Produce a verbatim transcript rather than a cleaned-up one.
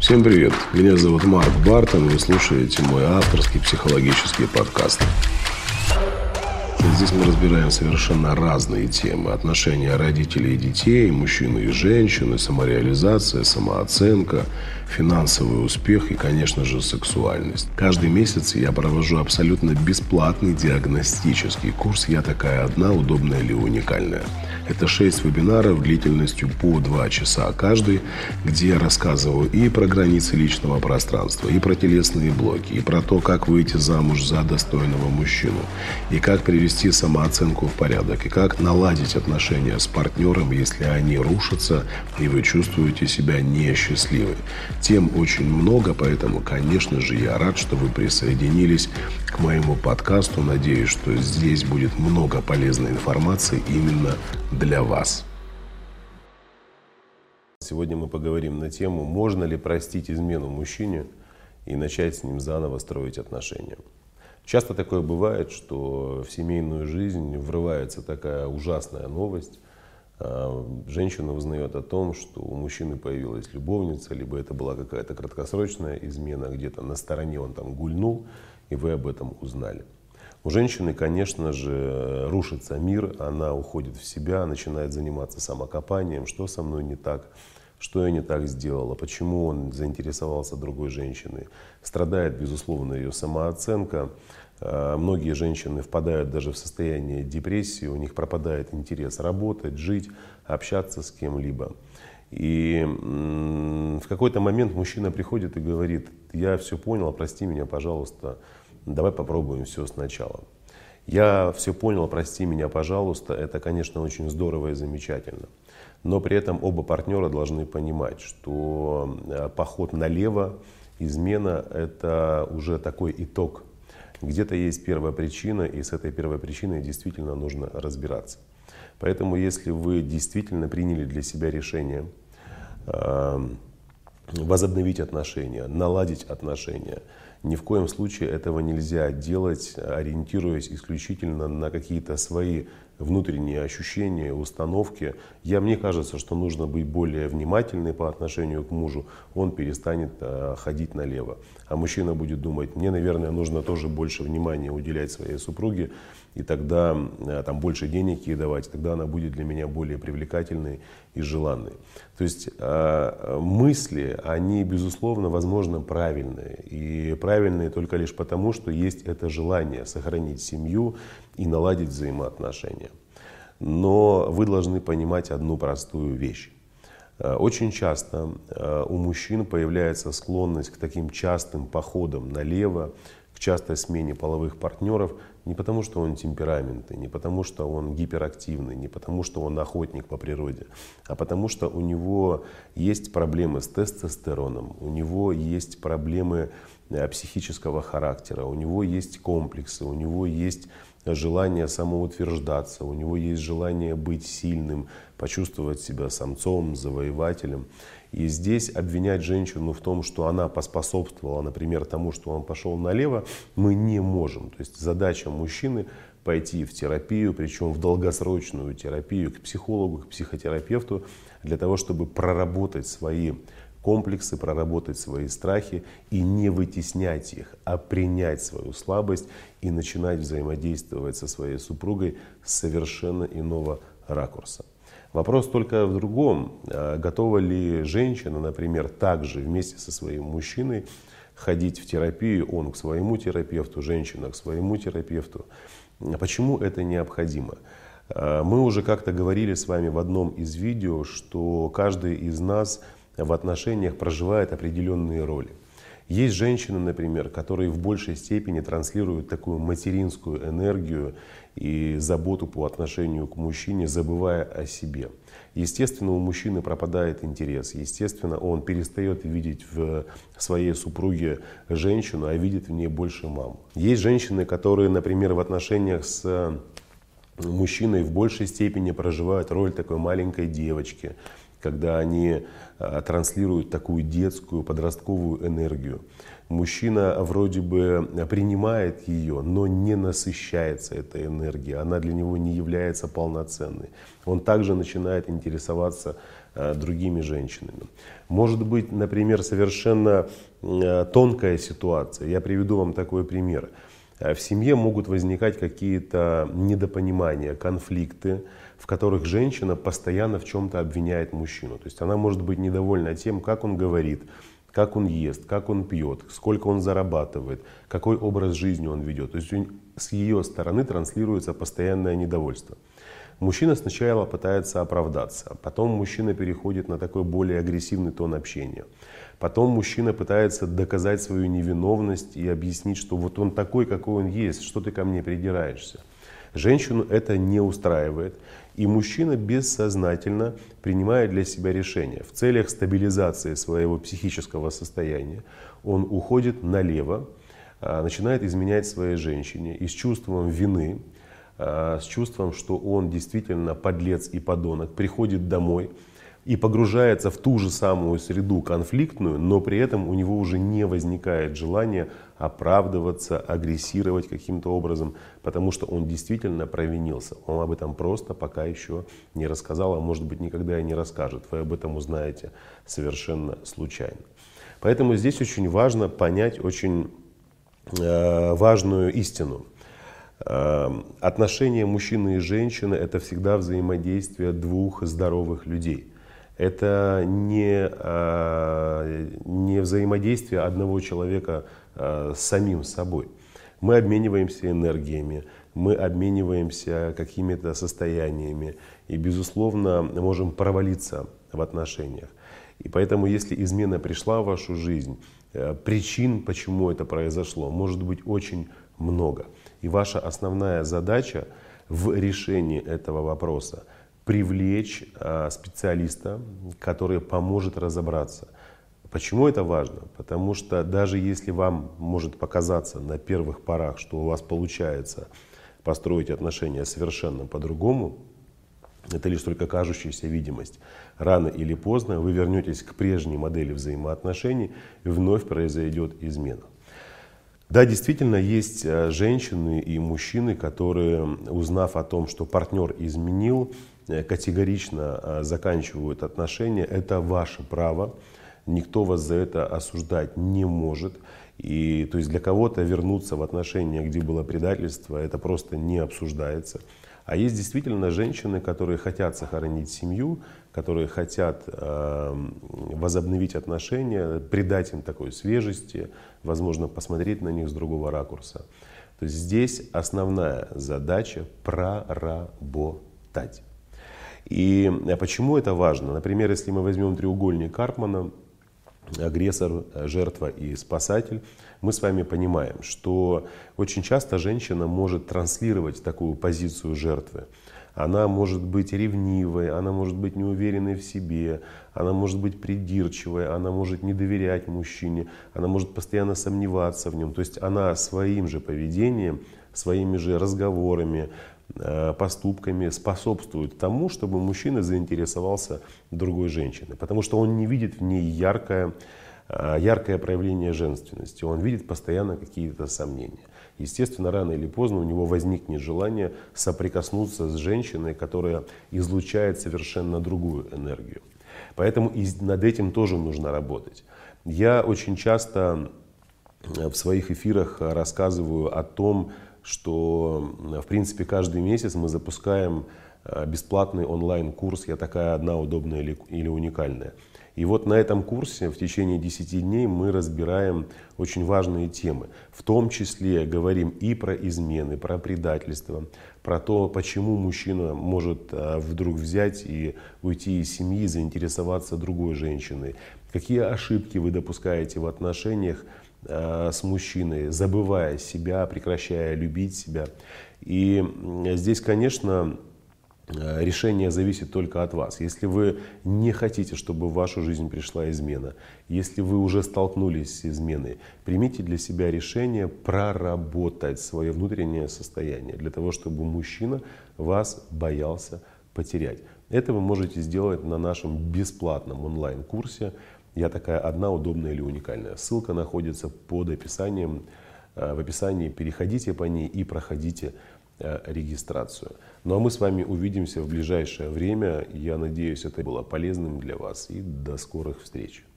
Всем привет, меня зовут Марк Бартон, вы слушаете мой авторский психологический подкаст. Здесь мы разбираем совершенно разные темы: отношения родителей и детей, мужчины и женщины, самореализация, самооценка, финансовый успех и, конечно же, сексуальность. Каждый месяц я провожу абсолютно бесплатный диагностический курс «Я такая одна, удобная или уникальная». Это шесть вебинаров длительностью по два часа каждый, где я рассказываю и про границы личного пространства, и про телесные блоки, и про то, как выйти замуж за достойного мужчину, и как привести самооценку в порядок, и как наладить отношения с партнером, если они рушатся, и вы чувствуете себя несчастливой. Тем очень много, поэтому, конечно же, я рад, что вы присоединились к моему подкасту. Надеюсь, что здесь будет много полезной информации именно для вас. Сегодня мы поговорим на тему, можно ли простить измену мужчине и начать с ним заново строить отношения. Часто такое бывает, что в семейную жизнь врывается такая ужасная новость. Женщина узнает о том, что у мужчины появилась любовница, либо это была какая-то краткосрочная измена, где-то на стороне он там гульнул, и вы об этом узнали. У женщины, конечно же, рушится мир, она уходит в себя, начинает заниматься самокопанием, что со мной не так, что я не так сделала, почему он заинтересовался другой женщиной. Страдает, безусловно, ее самооценка. Многие женщины впадают даже в состояние депрессии, у них пропадает интерес работать, жить, общаться с кем-либо. И в какой-то момент мужчина приходит и говорит: я все понял, прости меня, пожалуйста, давай попробуем все сначала. Я все понял, прости меня, пожалуйста, это, конечно, очень здорово и замечательно. Но при этом оба партнера должны понимать, что поход налево, измена – это уже такой итог. Где-то есть первая причина, и с этой первой причиной действительно нужно разбираться. Поэтому, если вы действительно приняли для себя решение э, возобновить отношения, наладить отношения, ни в коем случае этого нельзя делать, ориентируясь исключительно на какие-то свои внутренние ощущения, установки. Я, мне кажется, что нужно быть более внимательной по отношению к мужу, он перестанет э, ходить налево. А мужчина будет думать: мне, наверное, нужно тоже больше внимания уделять своей супруге, и тогда э, там больше денег ей давать, тогда она будет для меня более привлекательной и желанной. То есть э, мысли, они, безусловно, возможно, правильные. И правильные только лишь потому, что есть это желание сохранить семью и наладить взаимоотношения. Но вы должны понимать одну простую вещь. Очень часто у мужчин появляется склонность к таким частым походам налево, к частой смене половых партнеров, не потому что он темпераментный, не потому что он гиперактивный, не потому что он охотник по природе, а потому что у него есть проблемы с тестостероном, у него есть проблемы психического характера, у него есть комплексы, у него есть желание самоутверждаться, у него есть желание быть сильным, почувствовать себя самцом, завоевателем. И здесь обвинять женщину в том, что она поспособствовала, например, тому, что он пошел налево, мы не можем. То есть задача мужчины пойти в терапию, причем в долгосрочную терапию, к психологу, к психотерапевту, для того, чтобы проработать свои комплексы, проработать свои страхи и не вытеснять их, а принять свою слабость и начинать взаимодействовать со своей супругой с совершенно иного ракурса. Вопрос только в другом: готова ли женщина, например, также вместе со своим мужчиной ходить в терапию, он к своему терапевту, женщина к своему терапевту. Почему это необходимо? Мы уже как-то говорили с вами в одном из видео, что каждый из нас в отношениях проживает определенные роли. Есть женщины, например, которые в большей степени транслируют такую материнскую энергию и заботу по отношению к мужчине, забывая о себе. Естественно, у мужчины пропадает интерес, естественно, он перестает видеть в своей супруге женщину, а видит в ней больше маму. Есть женщины, которые, например, в отношениях с мужчиной в большей степени проживают роль такой маленькой девочки, когда они транслируют такую детскую, подростковую энергию. Мужчина вроде бы принимает ее, но не насыщается этой энергией, она для него не является полноценной. Он также начинает интересоваться э, другими женщинами. Может быть, например, совершенно э, тонкая ситуация. Я приведу вам такой пример. В семье могут возникать какие-то недопонимания, конфликты, в которых женщина постоянно в чем-то обвиняет мужчину. То есть она может быть недовольна тем, как он говорит, как он ест, как он пьет, сколько он зарабатывает, какой образ жизни он ведет. То есть с ее стороны транслируется постоянное недовольство. Мужчина сначала пытается оправдаться, потом мужчина переходит на такой более агрессивный тон общения. Потом мужчина пытается доказать свою невиновность и объяснить, что вот он такой, какой он есть, что ты ко мне придираешься. Женщину это не устраивает, и мужчина бессознательно принимает для себя решение. В целях стабилизации своего психического состояния он уходит налево, начинает изменять своей женщине и с чувством вины, с чувством, что он действительно подлец и подонок, приходит домой и погружается в ту же самую среду конфликтную, но при этом у него уже не возникает желания оправдываться, агрессировать каким-то образом, потому что он действительно провинился. Он об этом просто пока еще не рассказал, а может быть никогда и не расскажет. Вы об этом узнаете совершенно случайно. Поэтому здесь очень важно понять очень э, важную истину. Э, отношения мужчины и женщины — это всегда взаимодействие двух здоровых людей. Это не, не взаимодействие одного человека с самим собой. Мы обмениваемся энергиями, мы обмениваемся какими-то состояниями и, безусловно, можем провалиться в отношениях. И поэтому, если измена пришла в вашу жизнь, причин, почему это произошло, может быть очень много. И ваша основная задача в решении этого вопроса — привлечь специалиста, который поможет разобраться. Почему это важно? Потому что даже если вам может показаться на первых порах, что у вас получается построить отношения совершенно по-другому, это лишь только кажущаяся видимость. Рано или поздно вы вернетесь к прежней модели взаимоотношений и вновь произойдет измена. Да, действительно, есть женщины и мужчины, которые, узнав о том, что партнер изменил, категорично заканчивают отношения. Это ваше право. Никто вас за это осуждать не может. И, то есть для кого-то вернуться в отношения, где было предательство, это просто не обсуждается. А есть действительно женщины, которые хотят сохранить семью, которые хотят э, возобновить отношения, придать им такой свежести, возможно, посмотреть на них с другого ракурса. То есть здесь основная задача — проработать. И почему это важно? Например, если мы возьмем треугольник Карпмана, агрессор, жертва и спасатель, мы с вами понимаем, что очень часто женщина может транслировать такую позицию жертвы. Она может быть ревнивой, она может быть неуверенной в себе, она может быть придирчивой, она может не доверять мужчине, она может постоянно сомневаться в нем. То есть она своим же поведением, своими же разговорами, поступками способствует тому, чтобы мужчина заинтересовался другой женщиной. Потому что он не видит в ней яркое, яркое проявление женственности, он видит постоянно какие-то сомнения. Естественно, рано или поздно у него возникнет желание соприкоснуться с женщиной, которая излучает совершенно другую энергию. Поэтому и над этим тоже нужно работать. Я очень часто в своих эфирах рассказываю о том, что в принципе каждый месяц мы запускаем бесплатный онлайн-курс «Я такая одна, удобная или уникальная». И вот на этом курсе в течение десяти дней мы разбираем очень важные темы. В том числе говорим и про измены, про предательство, про то, почему мужчина может вдруг взять и уйти из семьи, заинтересоваться другой женщиной. Какие ошибки вы допускаете в отношениях с мужчиной, забывая себя, прекращая любить себя. И здесь, конечно, решение зависит только от вас. Если вы не хотите, чтобы в вашу жизнь пришла измена, если вы уже столкнулись с изменой, примите для себя решение проработать свое внутреннее состояние, для того, чтобы мужчина вас боялся потерять. Это вы можете сделать на нашем бесплатном онлайн-курсе «Я такая одна, удобная или уникальная». Ссылка находится под описанием, в описании. Переходите по ней и проходите регистрацию. Ну а мы с вами увидимся в ближайшее время. Я надеюсь, это было полезным для вас. И до скорых встреч.